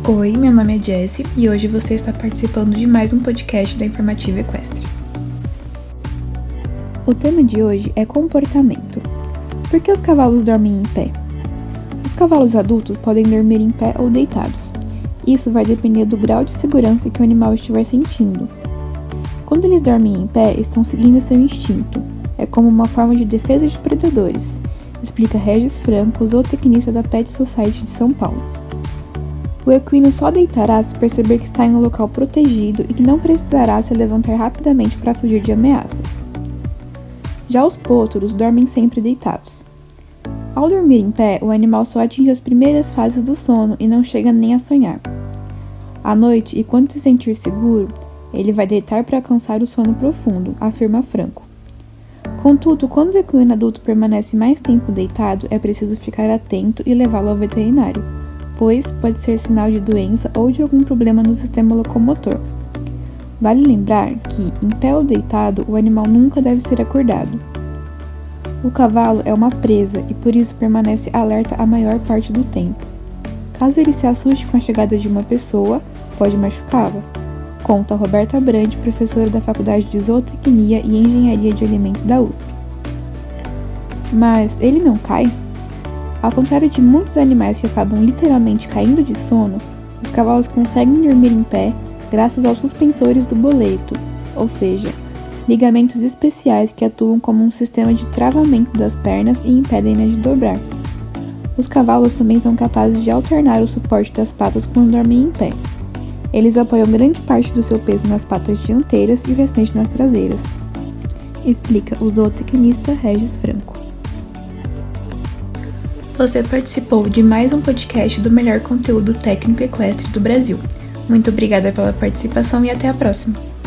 Oi, meu nome é Jessie e hoje você está participando de mais um podcast da Informativa Equestre. O tema de hoje é comportamento. Por que os cavalos dormem em pé? Os cavalos adultos podem dormir em pé ou deitados. Isso vai depender do grau de segurança que o animal estiver sentindo. Quando eles dormem em pé, estão seguindo seu instinto. É como uma forma de defesa de predadores, explica Regis Franco, zootecnista da Pet Society de São Paulo. O equino só deitará se perceber que está em um local protegido e que não precisará se levantar rapidamente para fugir de ameaças. Já os potros dormem sempre deitados. Ao dormir em pé, o animal só atinge as primeiras fases do sono e não chega nem a sonhar. À noite, e quando se sentir seguro, ele vai deitar para alcançar o sono profundo, afirma Franco. Contudo, quando o equino adulto permanece mais tempo deitado, é preciso ficar atento e levá-lo ao veterinário, pois pode ser sinal de doença ou de algum problema no sistema locomotor. Vale lembrar que, em pé ou deitado, o animal nunca deve ser acordado. O cavalo é uma presa e por isso permanece alerta a maior parte do tempo. Caso ele se assuste com a chegada de uma pessoa, pode machucá-la, conta Roberta Brandi, professora da Faculdade de Zootecnia e Engenharia de Alimentos da USP. Mas ele não cai? Ao contrário de muitos animais que acabam literalmente caindo de sono, os cavalos conseguem dormir em pé graças aos suspensores do boleto, ou seja, ligamentos especiais que atuam como um sistema de travamento das pernas e impedem-nas de dobrar. Os cavalos também são capazes de alternar o suporte das patas quando dormem em pé. Eles apoiam grande parte do seu peso nas patas dianteiras e o restante nas traseiras, explica o zootecnista Regis Franco. Você participou de mais um podcast do melhor conteúdo técnico equestre do Brasil. Muito obrigada pela participação e até a próxima!